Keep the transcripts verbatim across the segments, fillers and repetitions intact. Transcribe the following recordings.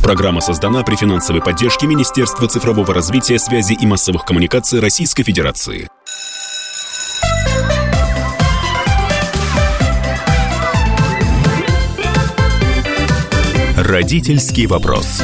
Программа создана при финансовой поддержке Министерства цифрового развития, связи и массовых коммуникаций Российской Федерации. Родительский вопрос.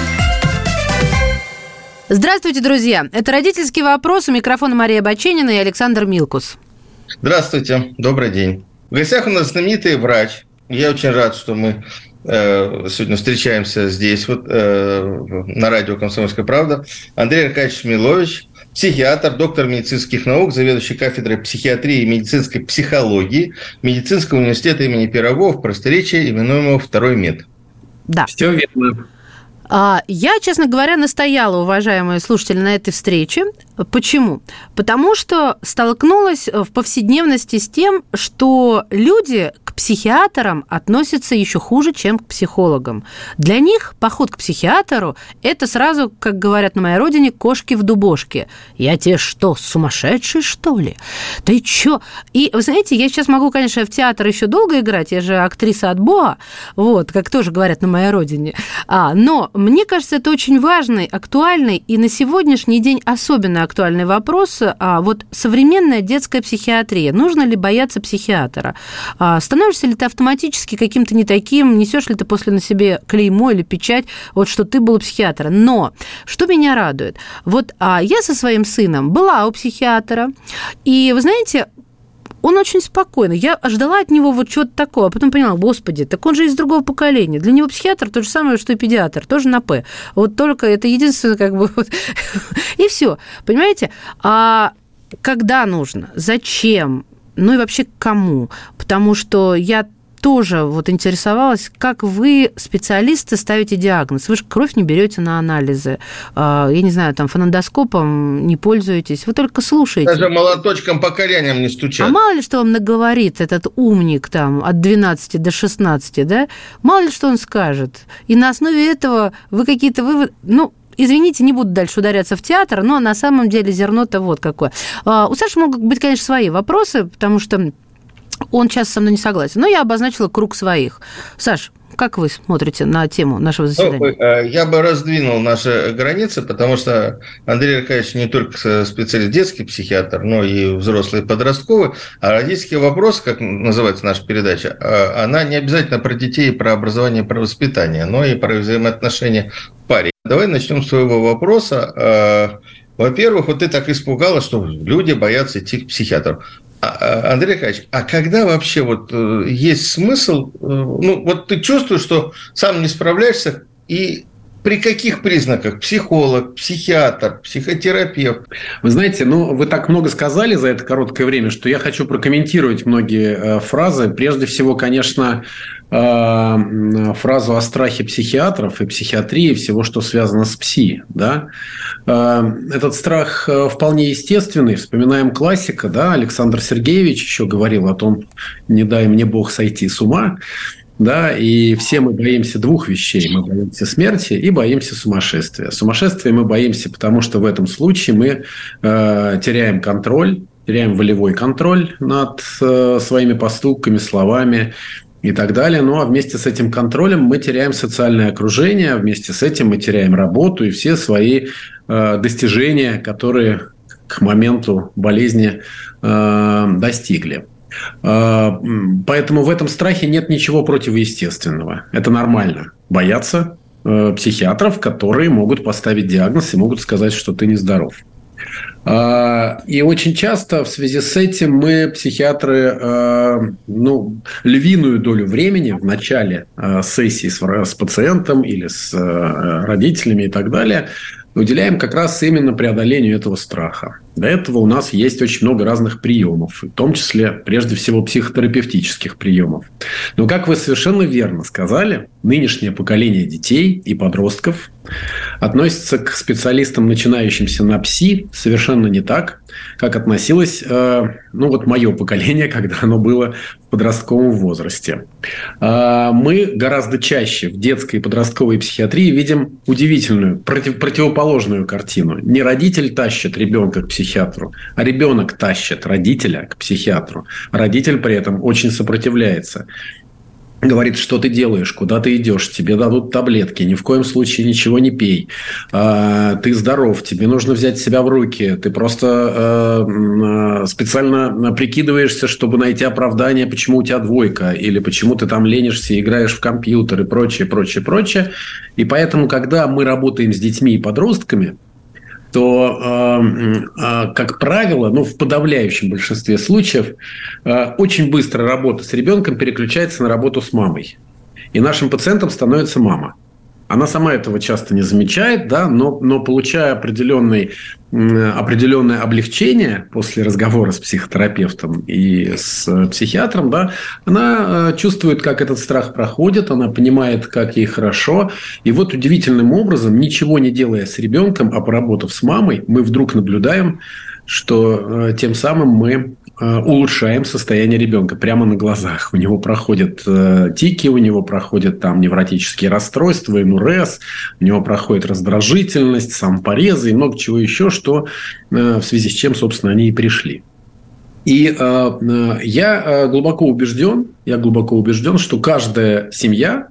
Здравствуйте, друзья. Это «Родительский вопрос». У микрофона Мария Баченина и Александр Милкус. Здравствуйте. Добрый день. В гостях у нас знаменитый врач. Я очень рад, что мы э, сегодня встречаемся здесь, вот, э, на радио «Комсомольская правда». Андрей Аркадьевич Шмилович, психиатр, доктор медицинских наук, заведующий кафедрой психиатрии и медицинской психологии Медицинского университета имени Пирогова, в просторечии именуемого «Второй мед». Да. Все верно. Я, честно говоря, настояла, уважаемые слушатели, на этой встрече. Почему? Потому что столкнулась в повседневности с тем, что люди к психиатрам относятся еще хуже, чем к психологам. Для них поход к психиатру – это сразу, как говорят на моей родине, кошки в дубошке. Я тебе что, сумасшедший, что ли? Ты чё? И, вы знаете, я сейчас могу, конечно, в театр еще долго играть, я же актриса от Бога, вот, как тоже говорят на моей родине, а, но мне кажется, это очень важный, актуальный и на сегодняшний день особенно актуальный вопрос. А вот современная детская психиатрия. Нужно ли бояться психиатра? А становишься ли ты автоматически каким-то не таким? Несешь ли ты после на себе клеймо или печать, вот что ты был у психиатра? Но что меня радует? Вот а я со своим сыном была у психиатра, и, вы знаете, он очень спокойный. Я ждала от него вот чего-то такого, а потом поняла, господи, так он же из другого поколения. Для него психиатр то же самое, что и педиатр, тоже на «П». Вот только это единственное, как бы, вот, и все, понимаете? А когда нужно? Зачем? Ну и вообще кому? Потому что я тоже вот интересовалась, как вы, специалисты, ставите диагноз. Вы же кровь не берете на анализы. Я не знаю, там, фонендоскопом не пользуетесь. Вы только слушаете. Даже молоточком по коленям не стучат. А мало ли, что вам наговорит этот умник там от двенадцати до шестнадцати, да? Мало ли, что он скажет. И на основе этого вы какие-то выводы... Ну, извините, не буду дальше ударяться в театр, но на самом деле зерно-то вот какое. У Саши могут быть, конечно, свои вопросы, потому что он сейчас со мной не согласен. Но я обозначила круг своих. Саш, как вы смотрите на тему нашего заседания? Ну, я бы раздвинул наши границы, потому что Андрей Аркадьевич не только специалист детский психиатр, но и взрослый и подростковый. А родительский вопрос, как называется наша передача, она не обязательно про детей, про образование, про воспитание, но и про взаимоотношения в паре. Давай начнем с своего вопроса. Во-первых, вот ты так испугалась, что люди боятся идти к психиатру. Андрей Аркадьевич, а когда вообще вот есть смысл, ну вот ты чувствуешь, что сам не справляешься, и при каких признаках? Психолог, психиатр, психотерапевт? Вы знаете, ну вы так много сказали за это короткое время, что я хочу прокомментировать многие фразы. Прежде всего, конечно, фразу о страхе психиатров и психиатрии, всего, что связано с пси. Да? Этот страх вполне естественный. Вспоминаем классика, да? Александр Сергеевич еще говорил о том, не дай мне Бог сойти с ума. Да, и все мы боимся двух вещей. Мы боимся смерти и боимся сумасшествия. Сумасшествия мы боимся, потому что в этом случае мы э, теряем контроль, теряем волевой контроль над э, своими поступками, словами и так далее. Ну, а вместе с этим контролем мы теряем социальное окружение, а вместе с этим мы теряем работу и все свои э, достижения, которые к моменту болезни э, достигли. Поэтому в этом страхе нет ничего противоестественного. Это нормально. Бояться э, психиатров, которые могут поставить диагноз и могут сказать, что ты нездоров. Э, и очень часто в связи с этим мы, психиатры, э, ну, львиную долю времени в начале э, сессии с, с пациентом или с э, родителями и так далее уделяем как раз именно преодолению этого страха. Для этого у нас есть очень много разных приемов, в том числе, прежде всего, психотерапевтических приемов. Но, как вы совершенно верно сказали, нынешнее поколение детей и подростков относится к специалистам, начинающимся на ПСИ, совершенно не так, как относилось, э, ну, вот мое поколение, когда оно было в подростковом возрасте. Э, мы гораздо чаще в детской и подростковой психиатрии видим удивительную, против, противоположную картину. Не родитель тащит ребенка к психиатру, а ребенок тащит родителя к психиатру. Родитель при этом очень сопротивляется. говорит, что ты делаешь, куда ты идешь, тебе дадут таблетки, ни в коем случае ничего не пей, ты здоров, тебе нужно взять себя в руки, ты просто специально прикидываешься, чтобы найти оправдание, почему у тебя двойка, или почему ты там ленишься, играешь в компьютер и прочее, прочее, прочее. И поэтому, когда мы работаем с детьми и подростками, то, как правило, ну, в подавляющем большинстве случаев, очень быстро работа с ребенком переключается на работу с мамой. И нашим пациентом становится мама. Она сама этого часто не замечает, да, но, но получая определенный, определенное облегчение после разговора с психотерапевтом и с психиатром, да, она чувствует, как этот страх проходит, она понимает, как ей хорошо. И вот удивительным образом, ничего не делая с ребенком, а поработав с мамой, мы вдруг наблюдаем, что тем самым мы улучшаем состояние ребенка прямо на глазах. У него проходят э, тики, у него проходят там невротические расстройства, эн-эр-эс, у него проходит раздражительность, самопорезы и много чего еще, что э, в связи с чем, собственно, они и пришли. И э, э, я глубоко убежден, я глубоко убежден, что каждая семья,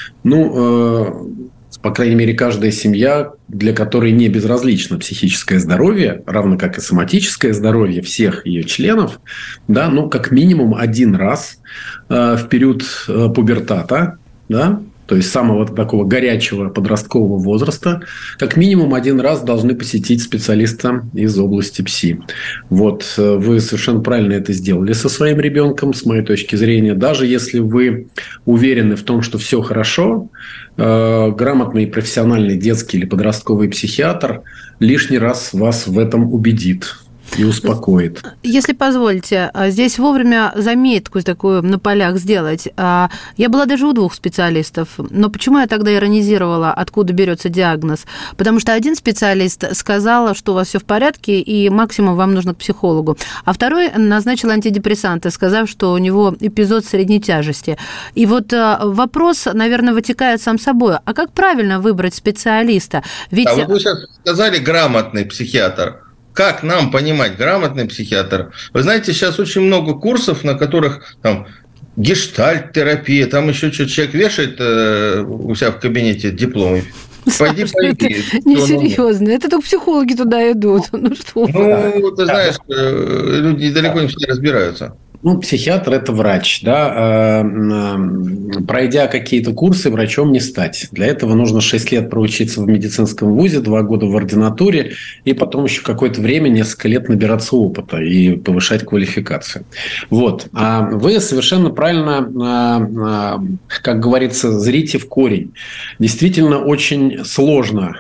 ну, э, по крайней мере, каждая семья, для которой не безразлично психическое здоровье, равно как и соматическое здоровье всех ее членов, да, ну, как минимум один раз э, в период э, пубертата, да, то есть самого такого горячего подросткового возраста, как минимум один раз должны посетить специалиста из области ПСИ. Вот, вы совершенно правильно это сделали со своим ребенком, с моей точки зрения. Даже если вы уверены в том, что все хорошо, э, грамотный профессиональный детский или подростковый психиатр лишний раз вас в этом убедит и успокоит. Если позволите, здесь вовремя заметку такую на полях сделать. Я была даже у двух специалистов, но почему я тогда иронизировала, откуда берется диагноз? Потому что один специалист сказал, что у вас все в порядке и максимум вам нужно к психологу, а второй назначил антидепрессанты, сказав, что у него эпизод средней тяжести. И вот вопрос, наверное, вытекает сам собой. А как правильно выбрать специалиста? Ведь... А вот вы сейчас сказали грамотный психиатр. Как нам понимать, грамотный психиатр? Вы знаете, сейчас очень много курсов, на которых там гештальт-терапия, там еще что-то человек вешает э, у себя в кабинете диплом. Пойди, пойди. Несерьезно. Это только психологи туда идут. Ну, что? Ну, ты знаешь, люди далеко не все разбираются. Ну, психиатр – это врач, да. Пройдя какие-то курсы, врачом не стать. Для этого нужно шесть лет проучиться в медицинском вузе, два года в ординатуре, и потом еще какое-то время, несколько лет набираться опыта и повышать квалификацию. Вот. А вы совершенно правильно, как говорится, зрите в корень. Действительно, очень сложно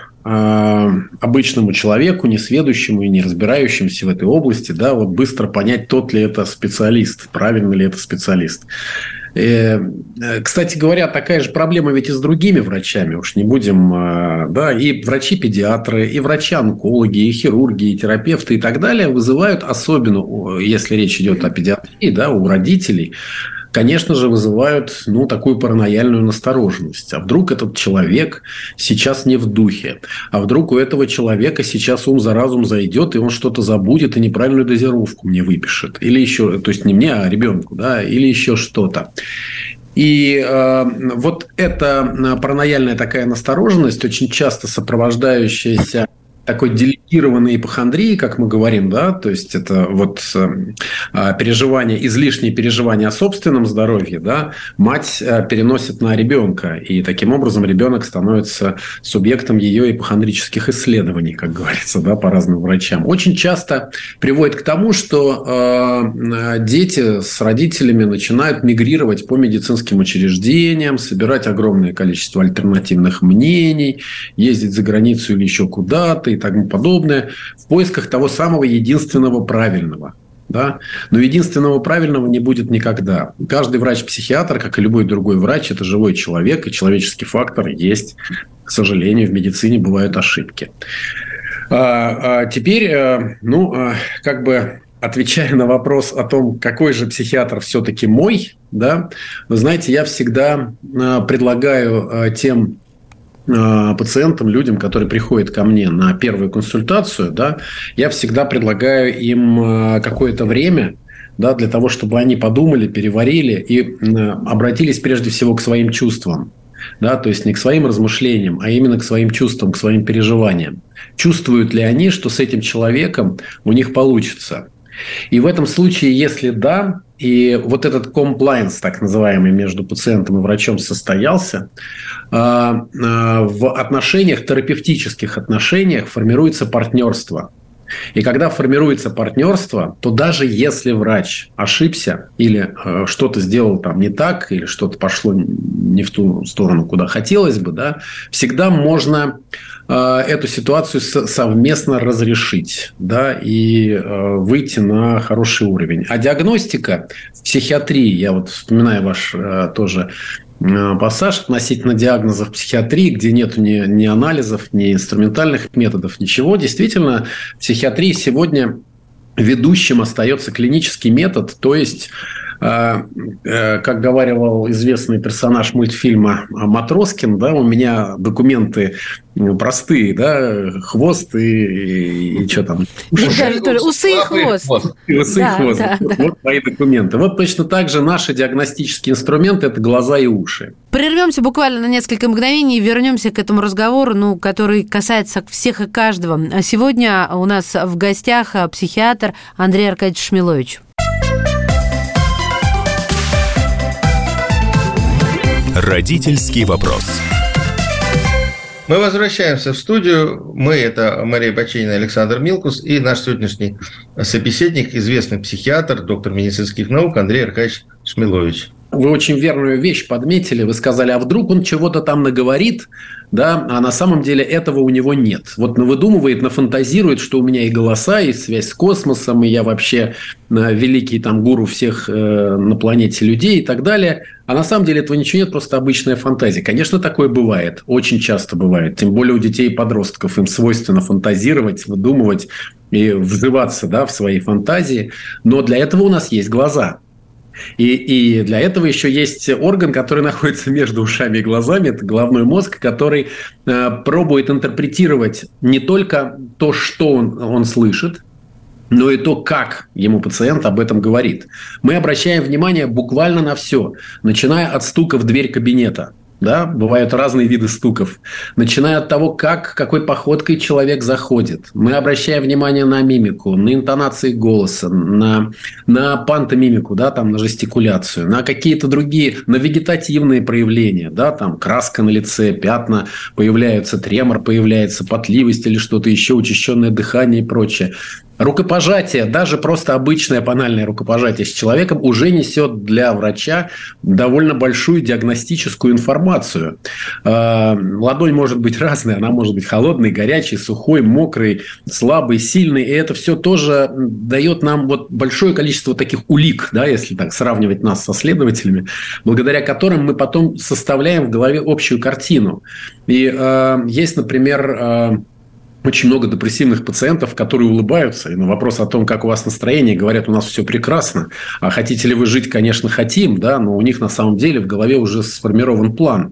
обычному человеку, несведущему и не разбирающемуся в этой области, да, вот быстро понять, тот ли это специалист, правильно ли это специалист. Кстати говоря, такая же проблема ведь и с другими врачами, уж не будем, да, и врачи-педиатры, и врачи-онкологи, и хирурги, и терапевты и так далее вызывают, особенно если речь идет о педиатрии, да, у родителей, конечно же, вызывают, ну, такую паранояльную настороженность. А вдруг этот человек сейчас не в духе? А вдруг у этого человека сейчас ум за разум зайдет, и он что-то забудет и неправильную дозировку мне выпишет? Или еще, то есть не мне, а ребенку, да, или еще что-то. И э, вот эта паранояльная такая настороженность, очень часто сопровождающаяся такой делегированной ипохондрии, как мы говорим, да, то есть это вот э, переживание, излишние переживания о собственном здоровье, да, мать э, переносит на ребенка, и таким образом ребенок становится субъектом ее ипохондрических исследований, как говорится, да, по разным врачам. Очень часто приводит к тому, что э, дети с родителями начинают мигрировать по медицинским учреждениям, собирать огромное количество альтернативных мнений, ездить за границу или еще куда-то, и тому подобное, в поисках того самого единственного правильного. Да? Но единственного правильного не будет никогда. Каждый врач-психиатр, как и любой другой врач, это живой человек, и человеческий фактор есть. К сожалению, в медицине бывают ошибки. А, а теперь, ну, как бы отвечая на вопрос о том, какой же психиатр все-таки мой, да, вы знаете, я всегда предлагаю тем пациентам, людям, которые приходят ко мне на первую консультацию, да, я всегда предлагаю им какое-то время да, для того, чтобы они подумали, переварили и обратились прежде всего к своим чувствам. Да, то есть не к своим размышлениям, а именно к своим чувствам, к своим переживаниям. Чувствуют ли они, что с этим человеком у них получится? И в этом случае, если да, и вот этот комплайнс, так называемый, между пациентом и врачом состоялся, в отношениях, терапевтических отношениях формируется партнерство. И когда формируется партнерство, то даже если врач ошибся или э, что-то сделал там не так, или что-то пошло не в ту сторону, куда хотелось бы, да, всегда можно э, эту ситуацию с- совместно разрешить, да, и э, выйти на хороший уровень. А диагностика в психиатрии, я вот вспоминаю ваш э, тоже пассаж относительно диагнозов психиатрии, где нет ни, ни анализов, ни инструментальных методов, ничего. Действительно, в психиатрии сегодня ведущим остается клинический метод, то есть, э, э, как говаривал известный персонаж мультфильма Матроскин, да, у меня документы простые, да, хвост и, и, и что там? Усы, усы и хвост. Усы и хвост. Да, да. Вот мои документы. Вот точно так же наши диагностические инструменты – это глаза и уши. Прервемся буквально на несколько мгновений и вернемся к этому разговору, ну, который касается всех и каждого. Сегодня у нас в гостях психиатр Андрей Аркадьевич Шмилович. Родительский вопрос. Мы возвращаемся в студию. Мы – это Мария Баченина, Александр Милкус и наш сегодняшний собеседник, известный психиатр, доктор медицинских наук Андрей Аркадьевич Шмилович. Вы очень верную вещь подметили. Вы сказали, а вдруг он чего-то там наговорит, да, а на самом деле этого у него нет. Вот навыдумывает, нафантазирует, что у меня и голоса, и связь с космосом, и я вообще великий там гуру всех э, на планете людей и так далее. А на самом деле этого ничего нет, просто обычная фантазия. Конечно, такое бывает, очень часто бывает. Тем более у детей и подростков им свойственно фантазировать, выдумывать и вживаться, да, в свои фантазии. Но для этого у нас есть глаза. И, и для этого еще есть орган, который находится между ушами и глазами. Это головной мозг, который э, пробует интерпретировать не только то, что он, он слышит, но и то, как ему пациент об этом говорит. Мы обращаем внимание буквально на все, начиная от стука в дверь кабинета. Да, бывают разные виды стуков. Начиная от того, как, какой походкой человек заходит. Мы обращаем внимание на мимику, на интонации голоса, на, на пантомимику, да, там, на жестикуляцию, на какие-то другие, на вегетативные проявления. Да, там краска на лице, пятна появляются, тремор появляется, потливость или что-то еще, учащенное дыхание и прочее. Рукопожатие, даже просто обычное банальное рукопожатие с человеком уже несет для врача довольно большую диагностическую информацию. Ладонь может быть разной, она может быть холодной, горячей, сухой, мокрой, слабой, сильной. И это все тоже дает нам вот большое количество таких улик, да, если так сравнивать нас со следователями, благодаря которым мы потом составляем в голове общую картину. И э, есть, например... Э, Очень много депрессивных пациентов, которые улыбаются, и на вопрос о том, как у вас настроение, говорят, у нас все прекрасно. А хотите ли вы жить? Конечно, хотим, да, но у них на самом деле в голове уже сформирован план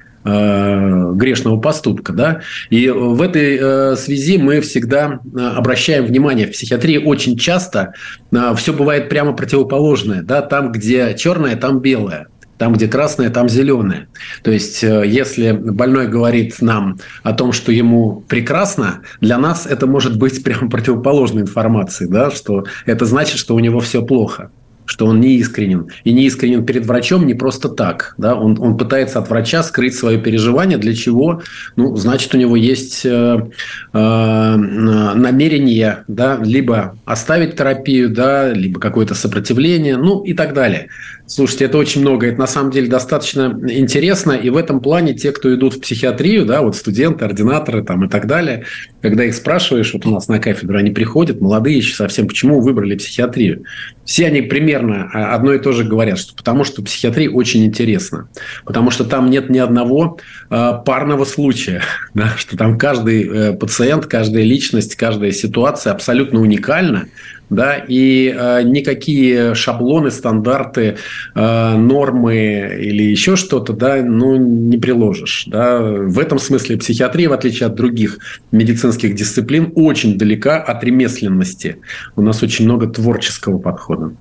э, грешного поступка. Да? И в этой э, связи мы всегда обращаем внимание. В психиатрии очень часто э, все бывает прямо противоположное. Да? Там, где черное, там белое. Там, где красное, там зеленое. То есть, если больной говорит нам о том, что ему прекрасно, для нас это может быть прямо противоположной информацией, да? Что это значит, что у него все плохо, что он неискренен. И неискренен перед врачом не просто так. Да? Он, он пытается от врача скрыть свое переживание. Для чего? Ну, значит, у него есть э, э, намерение, да, либо оставить терапию, да, либо какое-то сопротивление, ну и так далее. Слушайте, это очень много. Это на самом деле достаточно интересно. И в этом плане те, кто идут в психиатрию, да, вот студенты, ординаторы там, и так далее, когда их спрашиваешь, вот у нас на кафедру они приходят, молодые еще совсем, почему выбрали психиатрию? Все они примерно одно и то же говорят, что потому что психиатрия очень интересна. Потому что там нет ни одного э, парного случая. Да, что там каждый э, пациент, каждая личность, каждая ситуация абсолютно уникальна. Да, и э, никакие шаблоны, стандарты, э, нормы или еще что-то, да, ну, не приложишь. Да. В этом смысле психиатрия, в отличие от других медицинских дисциплин, очень далека от ремесленности. У нас очень много творческого подхода.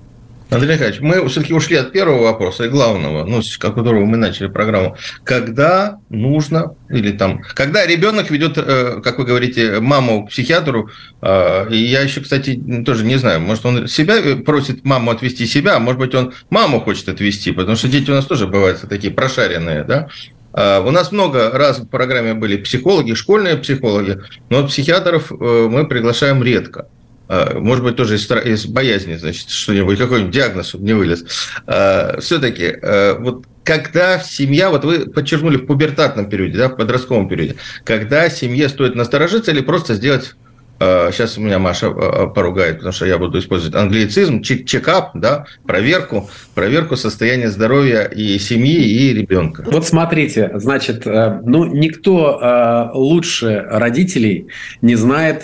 Андрей Николаевич, мы все-таки ушли от первого вопроса и главного, ну, с которого мы начали программу. Когда нужно, или там, когда ребенок ведет, как вы говорите, маму к психиатру, и я еще, кстати, тоже не знаю, может, он себя просит маму отвезти себя, а может быть, он маму хочет отвезти, потому что дети у нас тоже бывают такие прошаренные, да? У нас много раз в программе были психологи, школьные психологи, но психиатров мы приглашаем редко. Может быть, тоже из, из боязни, значит, что-нибудь, какой-нибудь диагноз, чтобы не вылез. Все-таки, вот когда семья, вот вы подчеркнули в пубертатном периоде, да, в подростковом периоде, когда семье стоит насторожиться или просто сделать, сейчас у меня Маша поругает, потому что я буду использовать англицизм, чек-ап, да, проверку, проверку состояния здоровья и семьи, и ребенка. Вот смотрите, значит, ну, никто лучше родителей не знает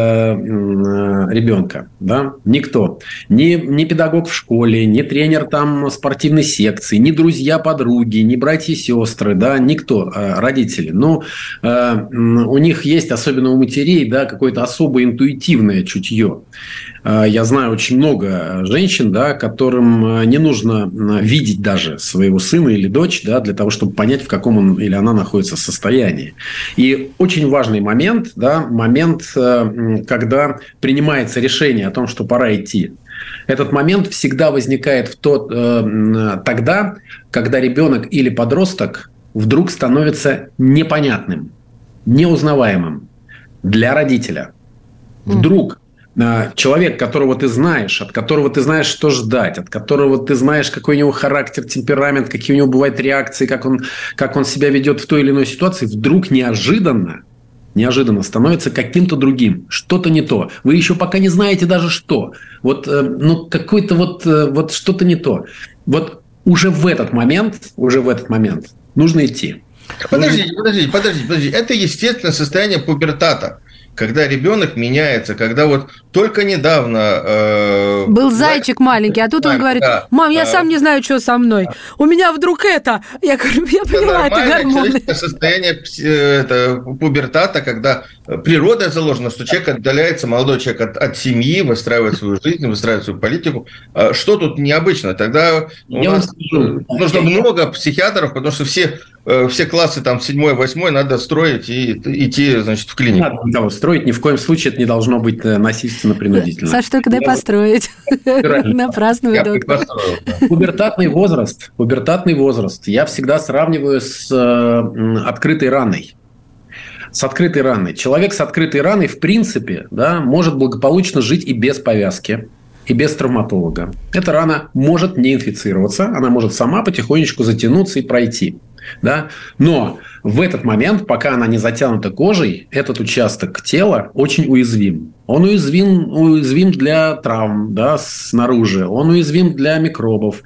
ребенка, да, никто. Ни, ни педагог в школе, ни тренер там спортивной секции, ни друзья-подруги, ни братья-сестры, да, никто, родители. Ну, у них есть, особенно у матерей, да, какой-то особый интуитивное чутье. Я знаю очень много женщин, да, которым не нужно видеть даже своего сына или дочь, да, для того, чтобы понять, в каком он или она находится состоянии. И очень важный момент, да, момент, когда принимается решение о том, что пора идти. Этот момент всегда возникает в тот, тогда, когда ребенок или подросток вдруг становится непонятным, неузнаваемым для родителя. Вдруг человек, которого ты знаешь, от которого ты знаешь, что ждать, от которого ты знаешь, какой у него характер, темперамент, какие у него бывают реакции, как он, как он себя ведет в той или иной ситуации, вдруг неожиданно, неожиданно становится каким-то другим, что-то не то. Вы еще пока не знаете даже что. Вот, ну, какой-то вот, вот что-то не то. Вот уже в этот момент, уже в этот момент нужно идти. Подождите, подождите, подождите, подождите. Это естественное состояние пубертата, когда ребенок меняется, когда вот только недавно... Э, был зайчик маленький, а тут да, он говорит, да, мам, я а, сам не знаю, что со мной. У меня вдруг это... Я говорю, я поняла, это гормоны. Это состояние это, пубертата, когда природа заложена, что человек отдаляется, молодой человек от, от семьи, выстраивает свою жизнь, выстраивает свою политику. Что тут необычно? Тогда у я нас скажу, нужно много психиатров, потому что все... Все классы там седьмой, восьмой надо строить и идти, значит, в клинику. Не надо строить, ни в коем случае это не должно быть насильственно-принудительно. Саш, только дай построить. Напрасно вы, доктор. Пубертатный возраст, пубертатный возраст я всегда сравниваю с открытой раной. С открытой раной. Человек с открытой раной, в принципе, да, может благополучно жить и без повязки, и без травматолога. Эта рана может не инфицироваться, она может сама потихонечку затянуться и пройти. Да? Но в этот момент, пока она не затянута кожей, этот участок тела очень уязвим. Он уязвим, уязвим для травм, да, снаружи, он уязвим для микробов,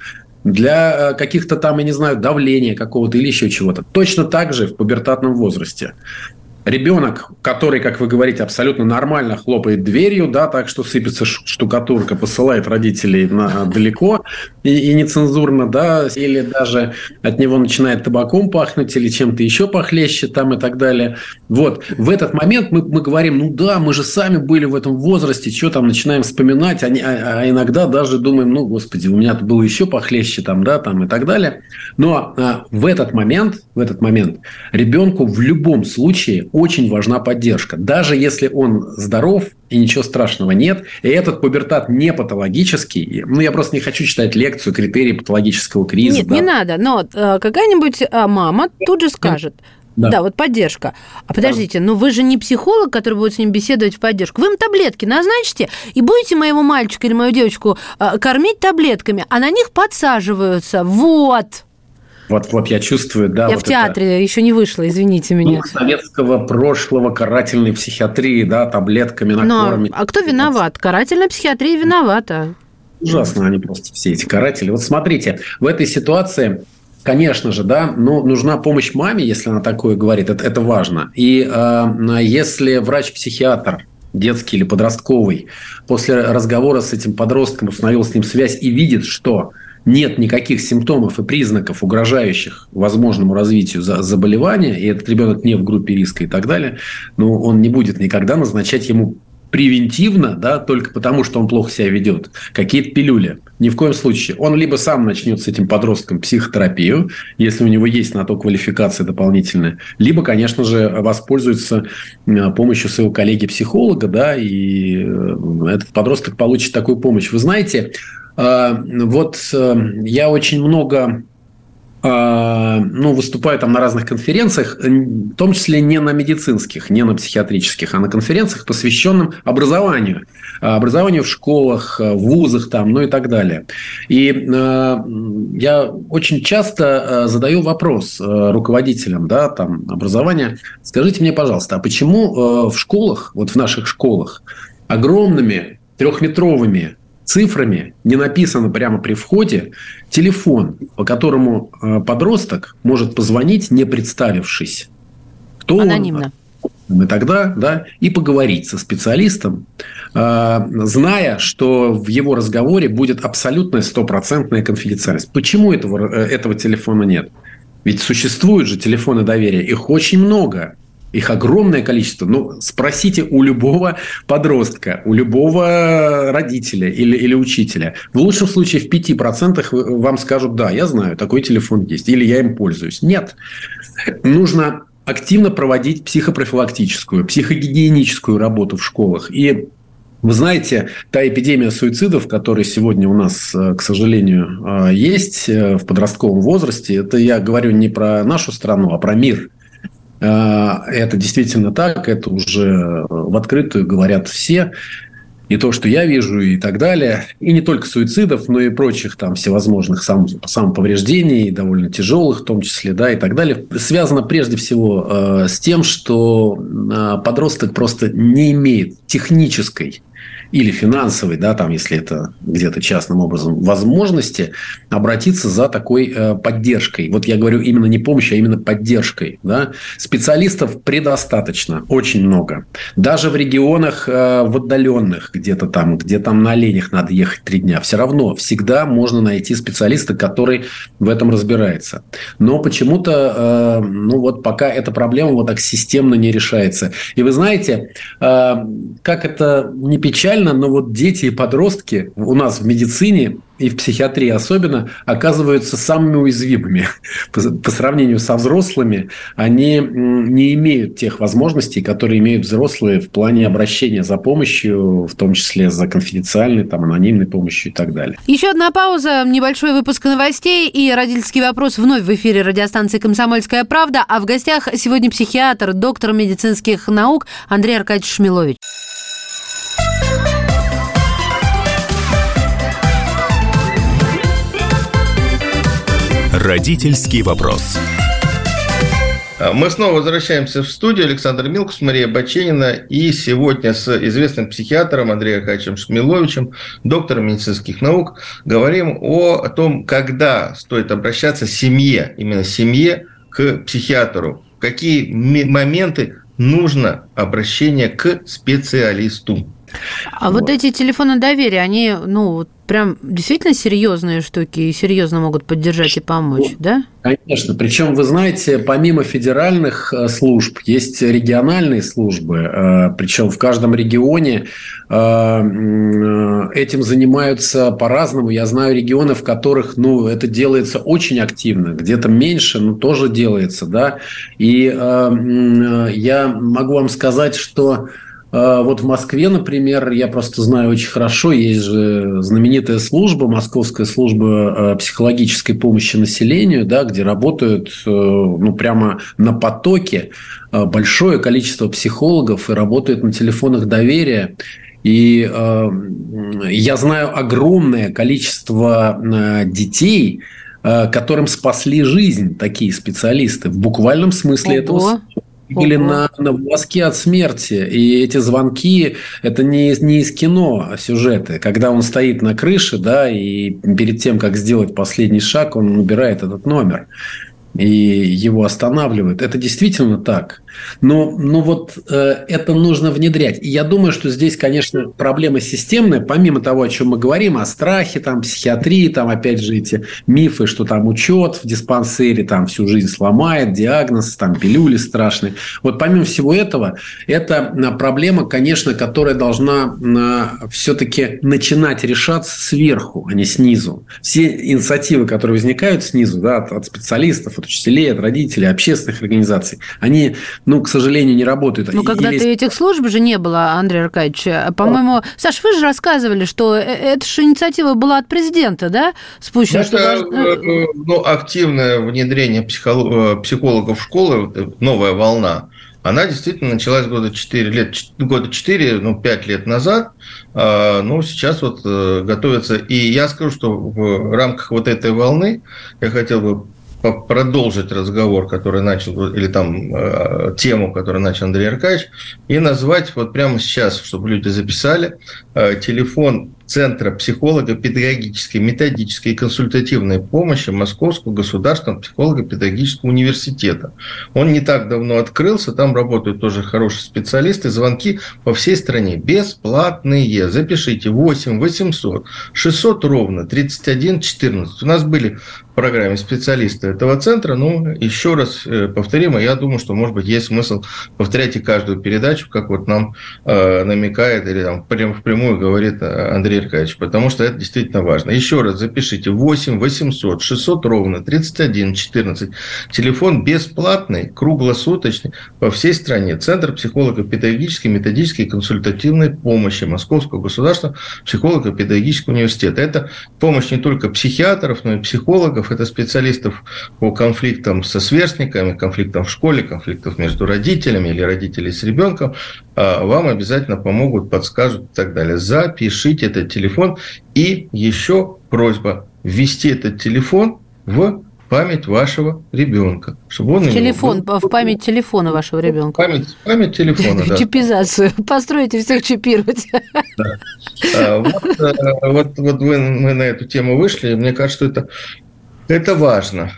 для каких-то там, я не знаю, давления какого-то или еще чего-то. Точно так же в пубертатном возрасте. Ребенок, который, как вы говорите, абсолютно нормально хлопает дверью, да, так что сыпется штукатурка, посылает родителей на, далеко и, и нецензурно, да, или даже от него начинает табаком пахнуть или чем-то еще похлеще там и так далее. Вот, в этот момент мы, мы говорим, ну да, мы же сами были в этом возрасте, что там начинаем вспоминать, а, а, а иногда даже думаем, ну, господи, у меня было еще похлеще там, да, там и так далее. Но а, в этот момент, в этот момент ребенку в любом случае очень важна поддержка. Даже если он здоров и ничего страшного нет, и этот пубертат не патологический, ну, я просто не хочу читать лекцию «Критерии патологического кризиса». Нет, да. не надо, но э, какая-нибудь э, мама тут же скажет, да. да, вот поддержка. А подождите, да. ну вы же не психолог, который будет с ним беседовать в поддержку. Вы им таблетки назначите и будете моего мальчика или мою девочку э, кормить таблетками, а на них подсаживаются. Вот. Вот, вот я чувствую, да. Я вот в театре это... еще не вышла, извините меня. Ну, советского прошлого карательной психиатрии, да, таблетками накормить. А кто виноват? Карательная психиатрия виновата. Ужасно они просто, все эти каратели. Вот смотрите, в этой ситуации, конечно же, да, ну, нужна помощь маме, если она такое говорит, это, это важно. И э, если врач-психиатр, детский или подростковый, после разговора с этим подростком установил с ним связь и видит, что нет никаких симптомов и признаков, угрожающих возможному развитию заболевания, и этот ребенок не в группе риска и так далее, но он не будет никогда назначать ему превентивно, да, только потому, что он плохо себя ведет, какие-то пилюли. Ни в коем случае. Он либо сам начнет с этим подростком психотерапию, если у него есть на то квалификация дополнительная, либо, конечно же, воспользуется помощью своего коллеги-психолога, да, и этот подросток получит такую помощь. Вы знаете, вот я очень много... ну, выступаю там на разных конференциях, в том числе не на медицинских, не на психиатрических, а на конференциях, посвященным образованию. Образованию в школах, в вузах там, ну и так далее. И э, я очень часто задаю вопрос руководителям, да, там, образования. Скажите мне, пожалуйста, а почему в школах, вот в наших школах, огромными трехметровыми цифрами не написано прямо при входе телефон, по которому подросток может позвонить, не представившись, кто анонимно. Он, и тогда, да, и поговорить со специалистом, зная, что в его разговоре будет абсолютная стопроцентная конфиденциальность. Почему этого, этого телефона нет? Ведь существуют же телефоны доверия, их очень много. Их огромное количество. Ну, спросите у любого подростка, у любого родителя или, или учителя. В лучшем случае в пяти процентах вам скажут: да, я знаю, такой телефон есть, или я им пользуюсь. Нет. Нужно активно проводить психопрофилактическую, психогигиеническую работу в школах. И вы знаете, та эпидемия суицидов, которая сегодня у нас, к сожалению, есть в подростковом возрасте, это я говорю не про нашу страну, а про мир. Это действительно так, это уже в открытую говорят все. И то, что я вижу, и так далее. И не только суицидов, но и прочих там всевозможных сам, самоповреждений, довольно тяжелых в том числе, да, и так далее. Связано прежде всего э, с тем, что э, подросток просто не имеет технической или финансовой, да, там, если это где-то частным образом, возможности обратиться за такой э, поддержкой. Вот я говорю именно не помощью, а именно поддержкой. Да? Специалистов предостаточно, очень много. Даже в регионах э, в отдаленных, где-то там, где там на оленях надо ехать три дня, все равно всегда можно найти специалиста, который в этом разбирается. Но почему-то, э, ну вот пока эта проблема вот так системно не решается. И вы знаете, э, как это не печально, но вот дети и подростки у нас в медицине и в психиатрии особенно оказываются самыми уязвимыми. По, по сравнению со взрослыми, они не имеют тех возможностей, которые имеют взрослые в плане обращения за помощью, в том числе за конфиденциальной, там, анонимной помощью и так далее. Еще одна пауза, небольшой выпуск новостей и родительский вопрос вновь в эфире радиостанции «Комсомольская правда». А в гостях сегодня психиатр, доктор медицинских наук Андрей Аркадьевич Шмилович. Родительский вопрос. Мы снова возвращаемся в студию. Александр Милкус, Мария Баченина. И сегодня с известным психиатром Андреем Аркадьевичем Шмиловичем, доктором медицинских наук, говорим о том, когда стоит обращаться семье, именно семье, к психиатру. В какие моменты нужно обращение к специалисту. А вот, вот эти телефоны доверия, они, ну, прям действительно серьезные штуки и серьезно могут поддержать и помочь, да? Конечно. Причем, вы знаете, помимо федеральных служб есть региональные службы. Причем в каждом регионе этим занимаются по-разному. Я знаю регионы, в которых, ну, это делается очень активно, где-то меньше, но тоже делается, да. И я могу вам сказать, что вот в Москве, например, я просто знаю очень хорошо, есть же знаменитая служба, Московская служба психологической помощи населению, да, где работают, ну, прямо на потоке большое количество психологов и работают на телефонах доверия. И э, я знаю огромное количество детей, которым спасли жизнь такие специалисты, в буквальном смысле Ого. этого слова. Были на, на волоске от смерти. И эти звонки – это не, не из кино, а сюжеты. Когда он стоит на крыше, да, и перед тем, как сделать последний шаг, он набирает этот номер. и его останавливает. Это действительно так. Но, но вот э, это нужно внедрять. И я думаю, что здесь, конечно, проблема системная. Помимо того, о чем мы говорим, о страхе, там, психиатрии, там, опять же, эти мифы, что там учет в диспансере там всю жизнь сломает, диагноз, там, пилюли страшные. Вот помимо всего этого, это проблема, конечно, которая должна э, все-таки начинать решаться сверху, а не снизу. Все инициативы, которые возникают снизу, да, от, от специалистов, от учителей, от родителей, общественных организаций, они, ну, к сожалению, не работают. Ну, когда-то есть... этих служб же не было, Андрей Аркадьевич. По-моему, вот. Саш, вы же рассказывали, что эта же инициатива была от президента, да, спущена? Это, что... ну, активное внедрение психологов в школы, новая волна, она действительно началась года четыре лет, года четыре, ну, пять лет назад. Ну, сейчас вот готовится. И я скажу, что в рамках вот этой волны я хотел бы продолжить разговор, который начал, или там тему, которую начал Андрей Аркадьевич, и назвать вот прямо сейчас, чтобы люди записали, телефон Центра психолого-педагогической, методической и консультативной помощи Московского государственного психолого-педагогического университета. Он не так давно открылся, там работают тоже хорошие специалисты, звонки по всей стране бесплатные. Запишите восемь восемьсот шестьсот ровно тридцать один четырнадцать. У нас были в программе специалисты этого центра, ну, еще раз повторим, и я думаю, что, может быть, есть смысл повторять и каждую передачу, как вот нам э, намекает или там прямо впрямую говорит Андрей Аркадьевич, потому что это действительно важно. Еще раз запишите восемь восемьсот шестьсот ровно тридцать один четырнадцать. Телефон бесплатный, круглосуточный по всей стране. Центр психолого-педагогической, методической и консультативной помощи Московского государственного психолого-педагогического университета. Это помощь не только психиатров, но и психологов, это специалистов по конфликтам со сверстниками, конфликтам в школе, конфликтам между родителями или родителей с ребенком. Вам обязательно помогут, подскажут и так далее. Запишите этот телефон. И еще просьба ввести этот телефон в память вашего ребенка. Чтобы он телефон, был... в память телефона вашего ребенка. Память, память телефона, да. Чипизацию. Постройте всех чипировать. Да. Вот, вот, вот вы, мы на эту тему вышли. Мне кажется, что это, это важно.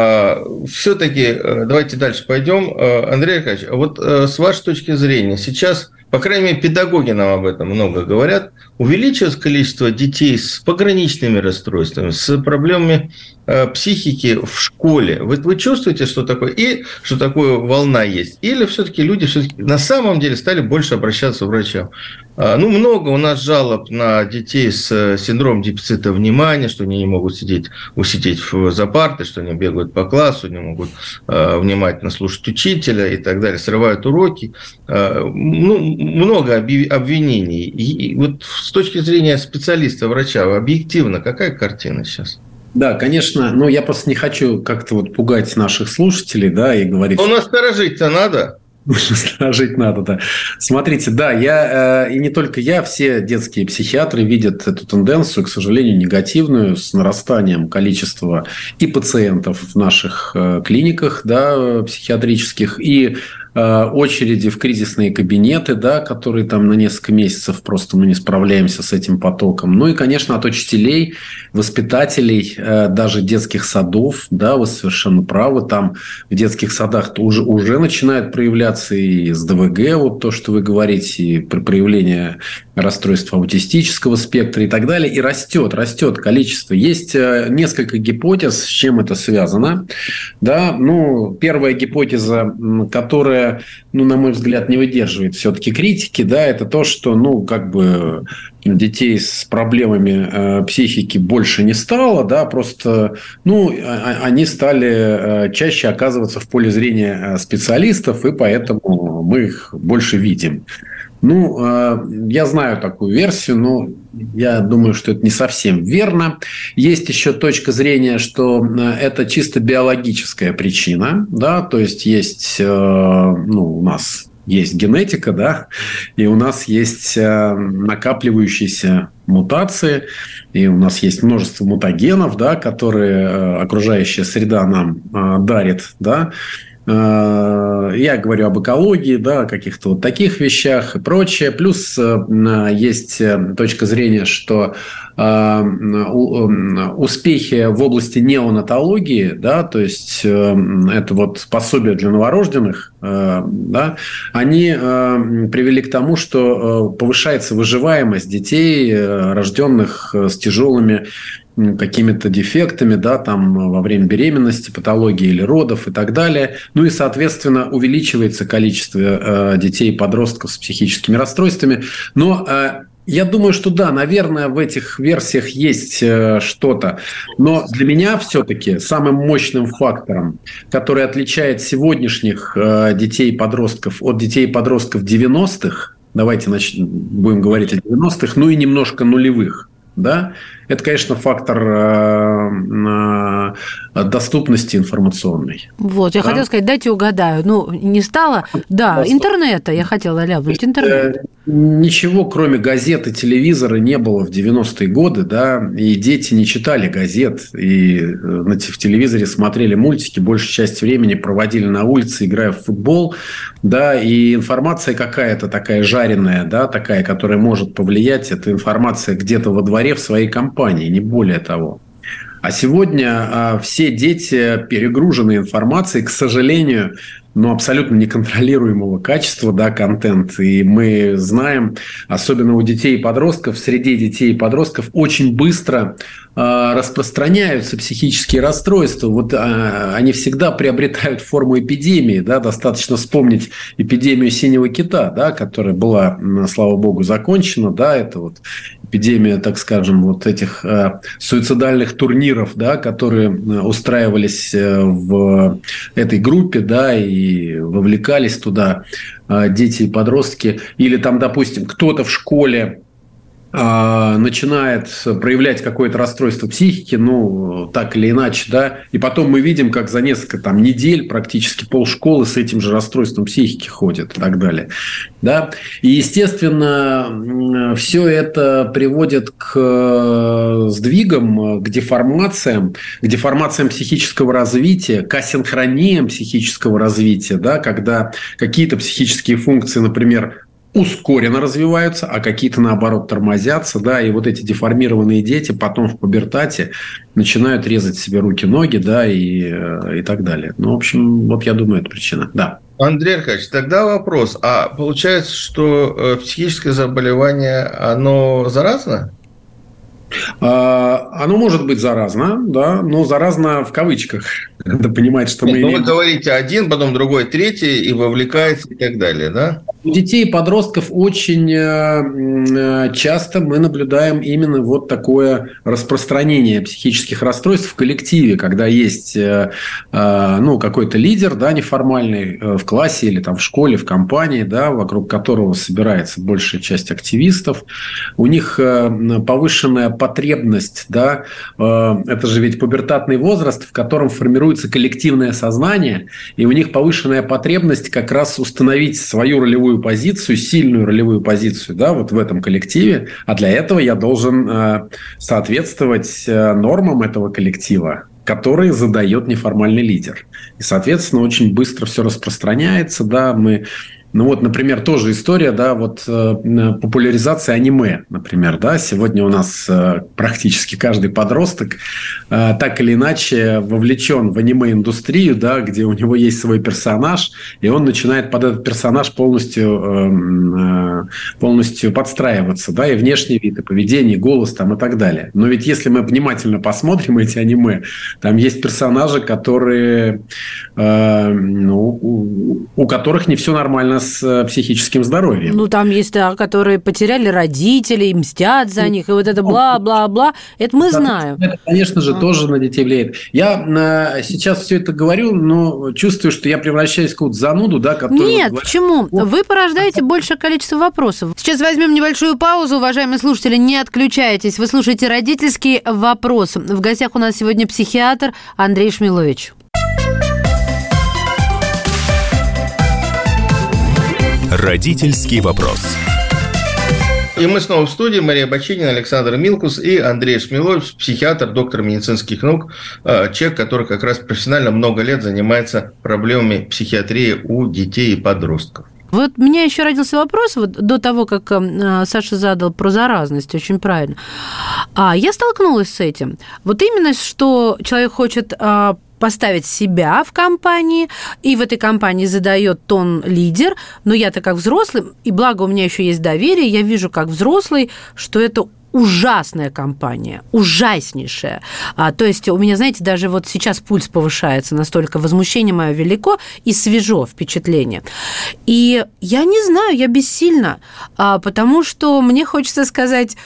Все-таки давайте дальше пойдем. Андрей Аркадьевич, вот с вашей точки зрения, сейчас, по крайней мере, педагоги нам об этом много говорят, увеличилось количество детей с пограничными расстройствами, с проблемами психики в школе. Вы, вы чувствуете, что такое, и что такое волна есть? Или все-таки люди все-таки на самом деле стали больше обращаться к врачам? Ну, много у нас жалоб на детей с синдромом дефицита внимания, что они не могут сидеть, усидеть за партой, что они бегают по классу, не могут э, внимательно слушать учителя и так далее, срывают уроки. Э, ну, много обвинений. И, и вот с точки зрения специалиста, врача, объективно, какая картина сейчас? Да, конечно, но я просто не хочу как-то вот пугать наших слушателей, да, и говорить... Но насторожить-то надо. Насторожить надо, да. Смотрите, да, я, и не только я, все детские психиатры видят эту тенденцию, к сожалению, негативную, с нарастанием количества и пациентов в наших клиниках, да, психиатрических, и очереди в кризисные кабинеты, да, которые там на несколько месяцев просто мы не справляемся с этим потоком. Ну и, конечно, от учителей, воспитателей, даже детских садов, да, вы совершенно правы, там в детских садах уже, уже начинает проявляться и с ДВГ, вот то, что вы говорите, и проявление расстройства аутистического спектра и так далее, и растет, растет количество. Есть несколько гипотез, с чем это связано. Да, ну, первая гипотеза, которая, ну, на мой взгляд, не выдерживает все-таки критики, да, это то, что, ну, как бы детей с проблемами э, психики больше не стало, да, просто, ну, они стали чаще оказываться в поле зрения специалистов, и поэтому мы их больше видим. Ну, я знаю такую версию, но я думаю, что это не совсем верно. Есть еще точка зрения, что это чисто биологическая причина, да, то есть есть, ну, у нас есть генетика, да, и у нас есть накапливающиеся мутации, и у нас есть множество мутагенов, да, которые окружающая среда нам дарит, да. Я говорю об экологии, да, о каких-то вот таких вещах и прочее. Плюс есть точка зрения, что успехи в области неонатологии, да, то есть это вот пособие для новорожденных, да, они привели к тому, что повышается выживаемость детей, рожденных с тяжелыми какими-то дефектами, да, там во время беременности, патологии или родов и так далее. Ну и, соответственно, увеличивается количество э, детей и подростков с психическими расстройствами. Но э, я думаю, что да, наверное, в этих версиях есть э, что-то. Но для меня все-таки самым мощным фактором, который отличает сегодняшних э, детей и подростков от детей и подростков девяностых, давайте начнем, будем говорить о девяностых, ну и немножко нулевых, да, это, конечно, фактор э, э, доступности информационной. Вот, я да? хотела сказать, дайте угадаю. Ну, не стало. Да, Доступ. интернета, я хотела ляпнуть, интернет. Ничего, кроме газет и телевизора, не было в девяностые годы, да, и дети не читали газет, и в телевизоре смотрели мультики, большую часть времени проводили на улице, играя в футбол, да, и информация какая-то такая жареная, да, такая, которая может повлиять, это информация где-то во дворе в своей компании, не более того. А сегодня а, все дети перегружены информацией, к сожалению, но абсолютно неконтролируемого качества, да, контент. И мы знаем, особенно у детей и подростков, среди детей и подростков очень быстро э, распространяются психические расстройства. Вот э, они всегда приобретают форму эпидемии, да, достаточно вспомнить эпидемию синего кита, да, которая была, слава богу, закончена, да, это вот эпидемия, так скажем, вот этих э, суицидальных турниров, да, которые устраивались в этой группе, да, и вовлекались туда э, дети и подростки. Или там, допустим, кто-то в школе э, начинает проявлять какое-то расстройство психики, ну, так или иначе, да, и потом мы видим, как за несколько там недель практически полшколы с этим же расстройством психики ходит и так далее. Да? И, естественно, все это приводит к сдвигам, к деформациям, к деформациям психического развития, к асинхрониям психического развития, да? Когда какие-то психические функции, например, ускоренно развиваются, а какие-то, наоборот, тормозятся, да, и вот эти деформированные дети потом в пубертате начинают резать себе руки, ноги, да, и, и так далее. Ну, в общем, вот я думаю, это причина, да. Андрей Аркадьевич, тогда вопрос. А получается, что психическое заболевание, оно заразно? Оно может быть заразно, да, но заразно в кавычках. Надо понимать, что Нет, мы ну, имеем... Вы говорите один, потом другой, третий, и вовлекается и так далее, да? У детей и подростков очень часто мы наблюдаем именно вот такое распространение психических расстройств в коллективе, когда есть ну, какой-то лидер, да, неформальный в классе или там в школе, в компании, да, вокруг которого собирается большая часть активистов. У них повышенная потребность, да, это же ведь пубертатный возраст, в котором формируется коллективное сознание, и у них повышенная потребность как раз установить свою ролевую позицию, сильную ролевую позицию, да, вот в этом коллективе, а для этого я должен э, соответствовать э, нормам этого коллектива, которые задает неформальный лидер. И, соответственно, очень быстро все распространяется, да, мы... Ну вот, например, тоже история, да, вот э, популяризация аниме, например, да, сегодня у нас э, практически каждый подросток э, так или иначе вовлечен в аниме-индустрию, да, где у него есть свой персонаж, и он начинает под этот персонаж полностью, э, э, полностью подстраиваться, да, и внешний вид, и поведение, и голос там и так далее. Но ведь если мы внимательно посмотрим эти аниме, там есть персонажи, которые, э, ну, у, у которых не все нормально с психическим здоровьем. Ну, там есть, да, которые потеряли родителей, мстят за них, и вот это бла-бла-бла. Это мы знаем. Это, конечно же, а. тоже на детей влияет. Я сейчас все это говорю, но чувствую, что я превращаюсь в какую-то зануду, да, который... Нет, вот почему? Вы порождаете большее количество вопросов. Сейчас возьмем небольшую паузу, уважаемые слушатели, не отключайтесь. Вы слушаете «Родительский вопрос». В гостях у нас сегодня психиатр Андрей Шмилович. Родительский вопрос. И мы снова в студии. Мария Бачинина, Александр Милкус и Андрей Шмелов, психиатр, доктор медицинских наук, человек, который как раз профессионально много лет занимается проблемами психиатрии у детей и подростков. Вот у меня еще родился вопрос, вот до того, как Саша задал про заразность, очень правильно. А я столкнулась с этим. Вот именно, что человек хочет поставить себя в компании, и в этой компании задает тон лидер, но я-то как взрослый, и благо у меня еще есть доверие, я вижу как взрослый, что это ужасная компания, ужаснейшая. А, то есть у меня, знаете, даже вот сейчас пульс повышается, настолько возмущение мое велико и свежо впечатление. И я не знаю, я бессильна, а, потому что мне хочется сказать: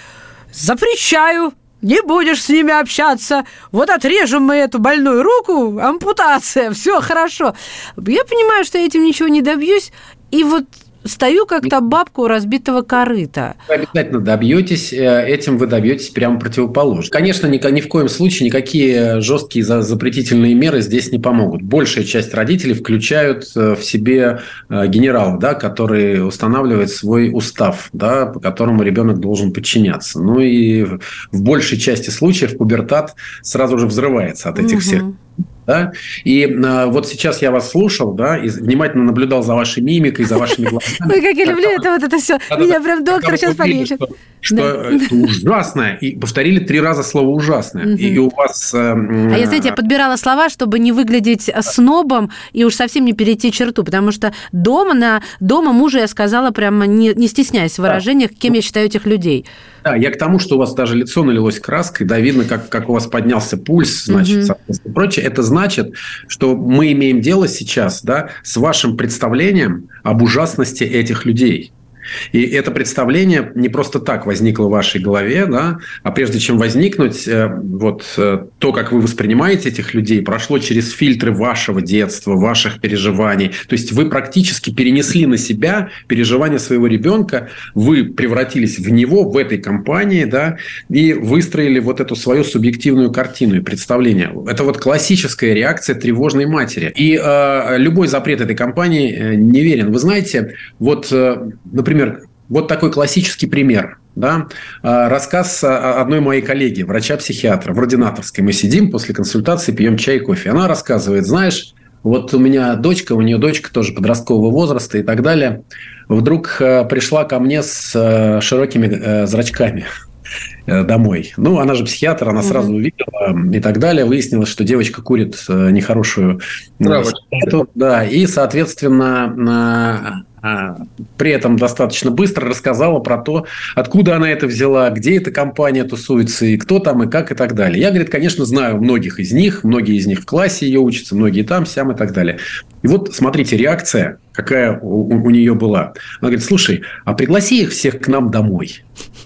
запрещаю, не будешь с ними общаться, вот отрежем мы эту больную руку, ампутация, все хорошо. Я понимаю, что я этим ничего не добьюсь, и вот стою как та бабка у разбитого корыта. Вы обязательно добьетесь, этим вы добьетесь прямо противоположно. Конечно, ни, ни в коем случае никакие жесткие запретительные меры здесь не помогут. Большая часть родителей включают в себе генералов, да, который устанавливает свой устав, да, по которому ребенок должен подчиняться. Ну и в большей части случаев пубертат сразу же взрывается от этих угу. всех. Да? И а, вот сейчас я вас слушал, да, и внимательно наблюдал за вашей мимикой, за вашими глазами. Ой, как я люблю это, вот это все. Меня прям доктор сейчас полечит. Что это ужасное. И повторили три раза слово «ужасное». И у вас... А я, знаете, я подбирала слова, чтобы не выглядеть снобом и уж совсем не перейти черту, потому что дома, на, дома мужу я сказала, прямо не, не стесняясь в выражениях, кем я считаю этих людей. Да, я к тому, что у вас даже лицо налилось краской, да, видно, как, как у вас поднялся пульс, значит, соответственно, прочее. Это значит, что мы имеем дело сейчас, да, с вашим представлением об ужасности этих людей. И это представление не просто так возникло в вашей голове, да, а прежде чем возникнуть, вот то, как вы воспринимаете этих людей, прошло через фильтры вашего детства, ваших переживаний. То есть вы практически перенесли на себя переживания своего ребенка, вы превратились в него, в этой компании, да, и выстроили вот эту свою субъективную картину и представление. Это вот классическая реакция тревожной матери. И э, любой запрет этой компании э, неверен. Вы знаете, вот, э, например, вот такой классический пример. Да? Рассказ одной моей коллеги, врача-психиатра, в ординаторской. Мы сидим после консультации, пьем чай и кофе. Она рассказывает: знаешь, вот у меня дочка, у нее дочка тоже подросткового возраста и так далее, вдруг пришла ко мне с широкими зрачками домой. Ну, она же психиатр, она сразу увидела и так далее. Выяснилось, что девочка курит нехорошую сигарету. Да, и, соответственно, при этом достаточно быстро рассказала про то, откуда она это взяла, где эта компания тусуется, и кто там, и как, и так далее. Я, говорит, конечно, знаю многих из них, многие из них в классе ее учатся, многие там, сям и так далее. И вот, смотрите, реакция, какая у, у нее была. Она говорит: слушай, а пригласи их всех к нам домой.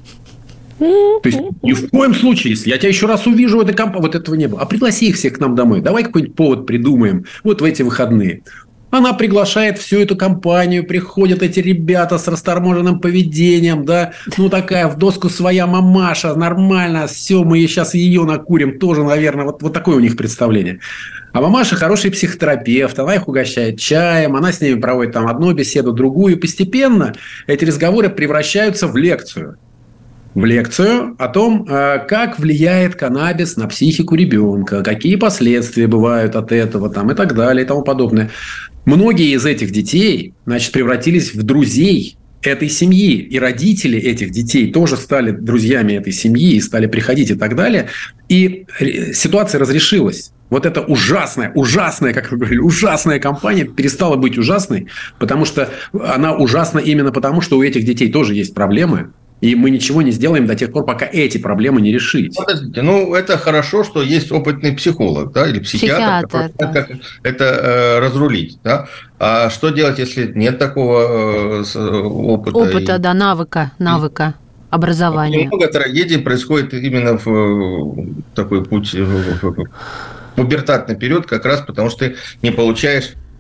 То есть, ни в коем случае, если я тебя еще раз увижу в этой компании, вот этого не было. А пригласи их всех к нам домой. Давай какой-нибудь повод придумаем вот в эти выходные. Она приглашает всю эту компанию, приходят эти ребята с расторможенным поведением, да, ну, такая в доску своя мамаша, нормально, все, мы сейчас ее накурим, тоже, наверное, вот, вот такое у них представление. А мамаша хороший психотерапевт, она их угощает чаем, она с ними проводит там одну беседу, другую, и постепенно эти разговоры превращаются в лекцию. В лекцию о том, как влияет каннабис на психику ребенка, какие последствия бывают от этого там, и так далее и тому подобное. Многие из этих детей, значит, превратились в друзей этой семьи, и родители этих детей тоже стали друзьями этой семьи и стали приходить и так далее. И ситуация разрешилась. Вот эта ужасная, ужасная, как вы говорили, ужасная компания перестала быть ужасной, потому что она ужасна именно потому, что у этих детей тоже есть проблемы. И мы ничего не сделаем до тех пор, пока эти проблемы не решить. Подождите, ну, это хорошо, что есть опытный психолог, да, или психиатр, Психиатр, который да. как это э, разрулить, да. А что делать, если нет такого э, опыта? Опыта, и... да, навыка, навыка. Образования. Много трагедий происходит именно в такой путь, в пубертатный период, как раз потому, что ты не получаешь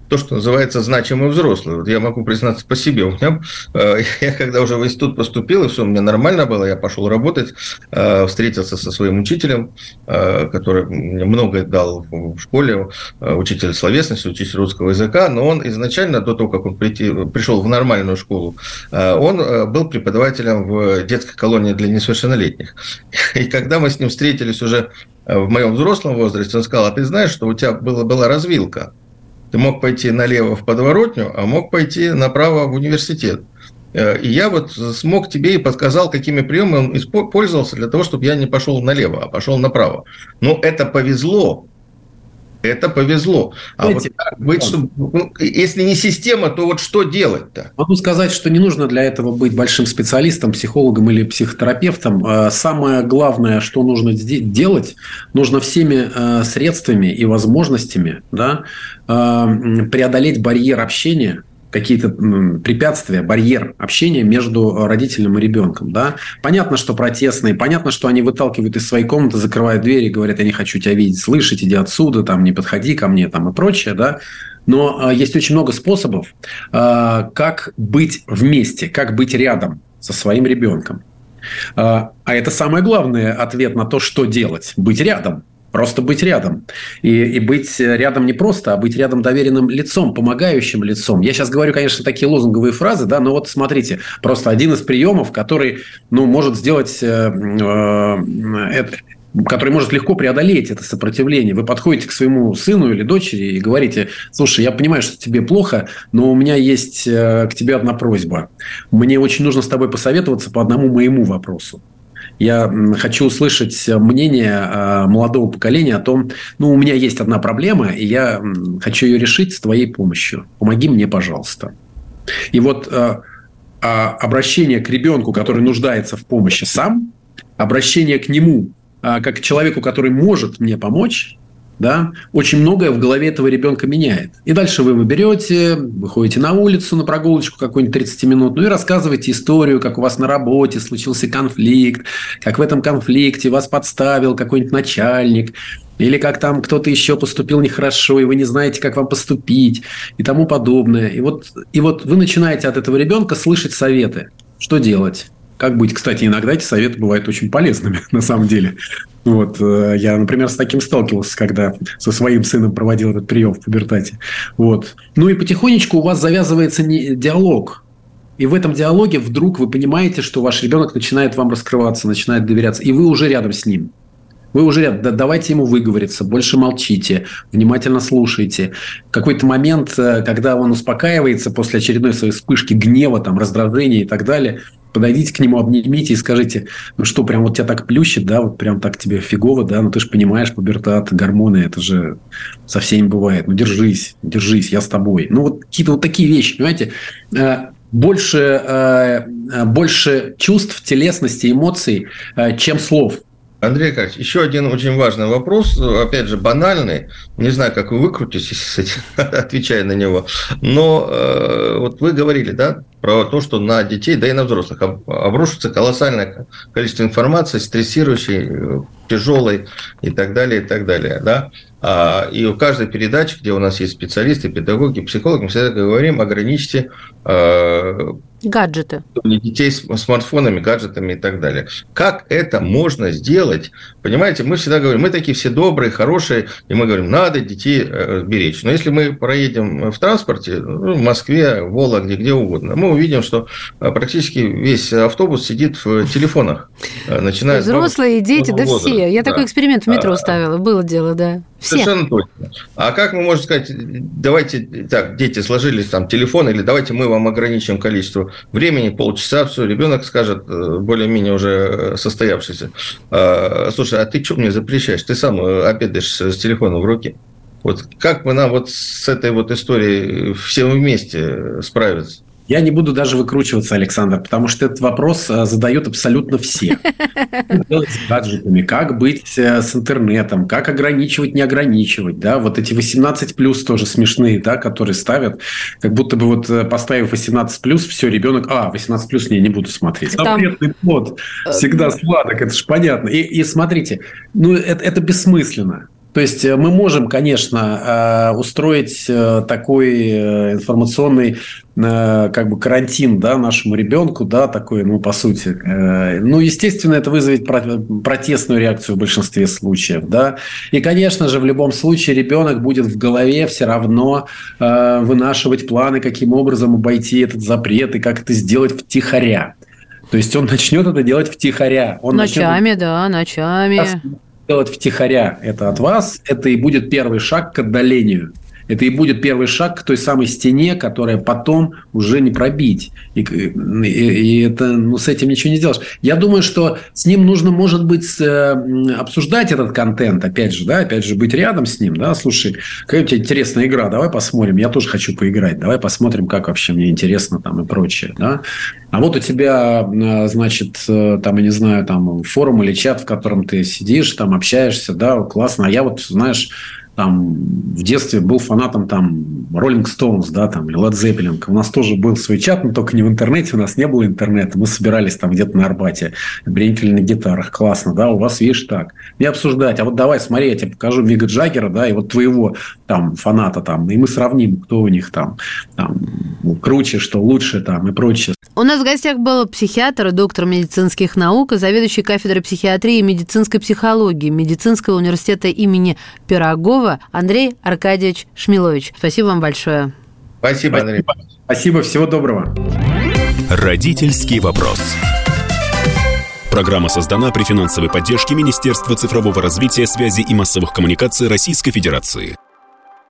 то, что называется значимый взрослый. Вот я могу признаться по себе. У меня, я когда уже в институт поступил, и все у меня нормально было, я пошел работать, встретился со своим учителем, который мне многое дал в школе, учитель словесности, учитель русского языка, но он изначально, до того, как он прийти, пришел в нормальную школу, он был преподавателем в детской колонии для несовершеннолетних. И когда мы с ним встретились уже в моем взрослом возрасте, он сказал: а ты знаешь, что у тебя была, была развилка? Ты мог пойти налево в подворотню, а мог пойти направо в университет. И я вот смог тебе и подсказал, какими приемами он пользовался для того, чтобы я не пошел налево, а пошел направо. Но это повезло. Это повезло. А вот, быть, что, ну, если не система, то вот что делать-то? Могу сказать, что не нужно для этого быть большим специалистом, психологом или психотерапевтом. Самое главное, что нужно делать, нужно всеми средствами и возможностями, да, преодолеть барьер общения, какие-то препятствия, барьер общения между родителем и ребенком. Да? Понятно, что протестные, понятно, что они выталкивают из своей комнаты, закрывают двери и говорят: я не хочу тебя видеть, слышать, иди отсюда, там, не подходи ко мне, там, и прочее. Да? Но э, есть очень много способов, э, как быть вместе, как быть рядом со своим ребенком. Э, а это самый главный ответ на то, что делать. Быть рядом. Просто быть рядом. И, и быть рядом не просто, а быть рядом доверенным лицом, помогающим лицом. Я сейчас говорю, конечно, такие лозунговые фразы, да, но вот смотрите, просто один из приемов, который, ну, может сделать, э, э, это, который может легко преодолеть это сопротивление. Вы подходите к своему сыну или дочери и говорите: слушай, я понимаю, что тебе плохо, но у меня есть э, к тебе одна просьба. Мне очень нужно с тобой посоветоваться по одному моему вопросу. Я хочу услышать мнение молодого поколения о том, ну, у меня есть одна проблема, и я хочу ее решить с твоей помощью. Помоги мне, пожалуйста. И вот обращение к ребенку, который нуждается в помощи сам, обращение к нему как к человеку, который может мне помочь, да, очень многое в голове этого ребенка меняет. И дальше вы выберете, выходите на улицу на прогулочку какую-нибудь тридцать минут, ну и рассказываете историю, как у вас на работе случился конфликт, как в этом конфликте вас подставил какой-нибудь начальник, или как там кто-то еще поступил нехорошо, и вы не знаете, как вам поступить, и тому подобное. И вот, и вот вы начинаете от этого ребенка слышать советы, что делать. Как быть? Кстати, иногда эти советы бывают очень полезными, на самом деле. Вот. Я, например, с таким сталкивался, когда со своим сыном проводил этот прием в пубертате. Вот. Ну и потихонечку у вас завязывается диалог. И в этом диалоге вдруг вы понимаете, что ваш ребенок начинает вам раскрываться, начинает доверяться, и вы уже рядом с ним. Вы уже рядом. Да, давайте ему выговориться, больше молчите, внимательно слушайте. В какой-то момент, когда он успокаивается после очередной своей вспышки гнева, там, раздражения и так далее, подойдите к нему, обнимите и скажите: ну что, прям вот тебя так плющит, да, вот прям так тебе фигово, да, ну ты же понимаешь, пубертат, гормоны, это же со всеми бывает. Ну держись, держись, я с тобой. Ну вот какие-то вот такие вещи, понимаете, больше, больше чувств, телесности, эмоций, чем слов. Андрей Николаевич, еще один очень важный вопрос, опять же, банальный. Не знаю, как вы выкрутитесь, отвечая на него. Но э, вот вы говорили, да, про то, что на детей, да и на взрослых обрушится колоссальное количество информации, стрессирующей, тяжелой и так далее, и так далее, да. И у каждой передачи, где у нас есть специалисты, педагоги, психологи, мы всегда говорим: ограничьте гаджеты. Детей с смартфонами, гаджетами и так далее. Как это можно сделать? Понимаете, мы всегда говорим, мы такие все добрые, хорошие, и мы говорим, надо детей беречь. Но если мы проедем в транспорте, ну, в Москве, в Вологде, где угодно, мы увидим, что практически весь автобус сидит в телефонах. Начиная взрослые, с дети, да возраста. Все. Я да. такой эксперимент в метро ставила, было дело, да. Все. Совершенно точно. А как мы можем сказать, давайте, так, дети сложились там телефон, или давайте мы вам ограничим количество времени, полчаса, все, ребенок скажет, более-менее уже состоявшийся: слушай, а ты что мне запрещаешь? Ты сам обедаешь с телефоном в руке. Вот как бы нам вот с этой вот историей всем вместе справиться? Я не буду даже выкручиваться, Александр, потому что этот вопрос задают абсолютно все. Что делать с гаджетами? Как быть с интернетом? Как ограничивать, не ограничивать? Да? Вот эти восемнадцать плюс тоже смешные, да, которые ставят, как будто бы вот поставив восемнадцать плюс, все, ребенок, а, восемнадцать плюс, не, не буду смотреть. Запретный плод всегда сладок, это же понятно. И, и смотрите, ну это, это бессмысленно. То есть мы можем, конечно, устроить такой информационный как бы карантин, да, нашему ребенку, да, такой, ну, по сути. Ну, естественно, это вызовет протестную реакцию в большинстве случаев, да. И, конечно же, в любом случае ребенок будет в голове все равно вынашивать планы, каким образом обойти этот запрет и как это сделать втихаря. То есть он начнет это делать втихаря. Он ночами, начнет... да, ночами. Делать втихаря это от вас, это и будет первый шаг к отдалению. Это и будет первый шаг к той самой стене, которая потом уже не пробить. И, и, и это, ну, с этим ничего не сделаешь. Я думаю, что с ним нужно, может быть, обсуждать этот контент, опять же, да, опять же, быть рядом с ним, да, слушай, какая у тебя интересная игра, давай посмотрим, я тоже хочу поиграть, давай посмотрим, как вообще мне интересно там и прочее, да. А вот у тебя, значит, там, я не знаю, там форум или чат, в котором ты сидишь, там общаешься, да, классно, а я вот, знаешь, там в детстве был фанатом там Rolling Stones, да, там, или Led Zeppelin. У нас тоже был свой чат, но только не в интернете, у нас не было интернета. Мы собирались там где-то на Арбате, бренкели на гитарах. Классно, да, у вас, видишь, так. Не обсуждать, а вот давай, смотри, я тебе покажу Мика Джаггера, да, и вот твоего там фаната там, и мы сравним, кто у них там, там круче, что лучше там и прочее. У нас в гостях был психиатр и доктор медицинских наук, заведующий кафедрой психиатрии и медицинской психологии Медицинского университета имени Пирогова Андрей Аркадьевич Шмилович. Спасибо вам большое. Спасибо, Андрей. Спасибо, Спасибо. Всего доброго. Родительский вопрос. Программа создана при финансовой поддержке Министерства цифрового развития, связи и массовых коммуникаций Российской Федерации.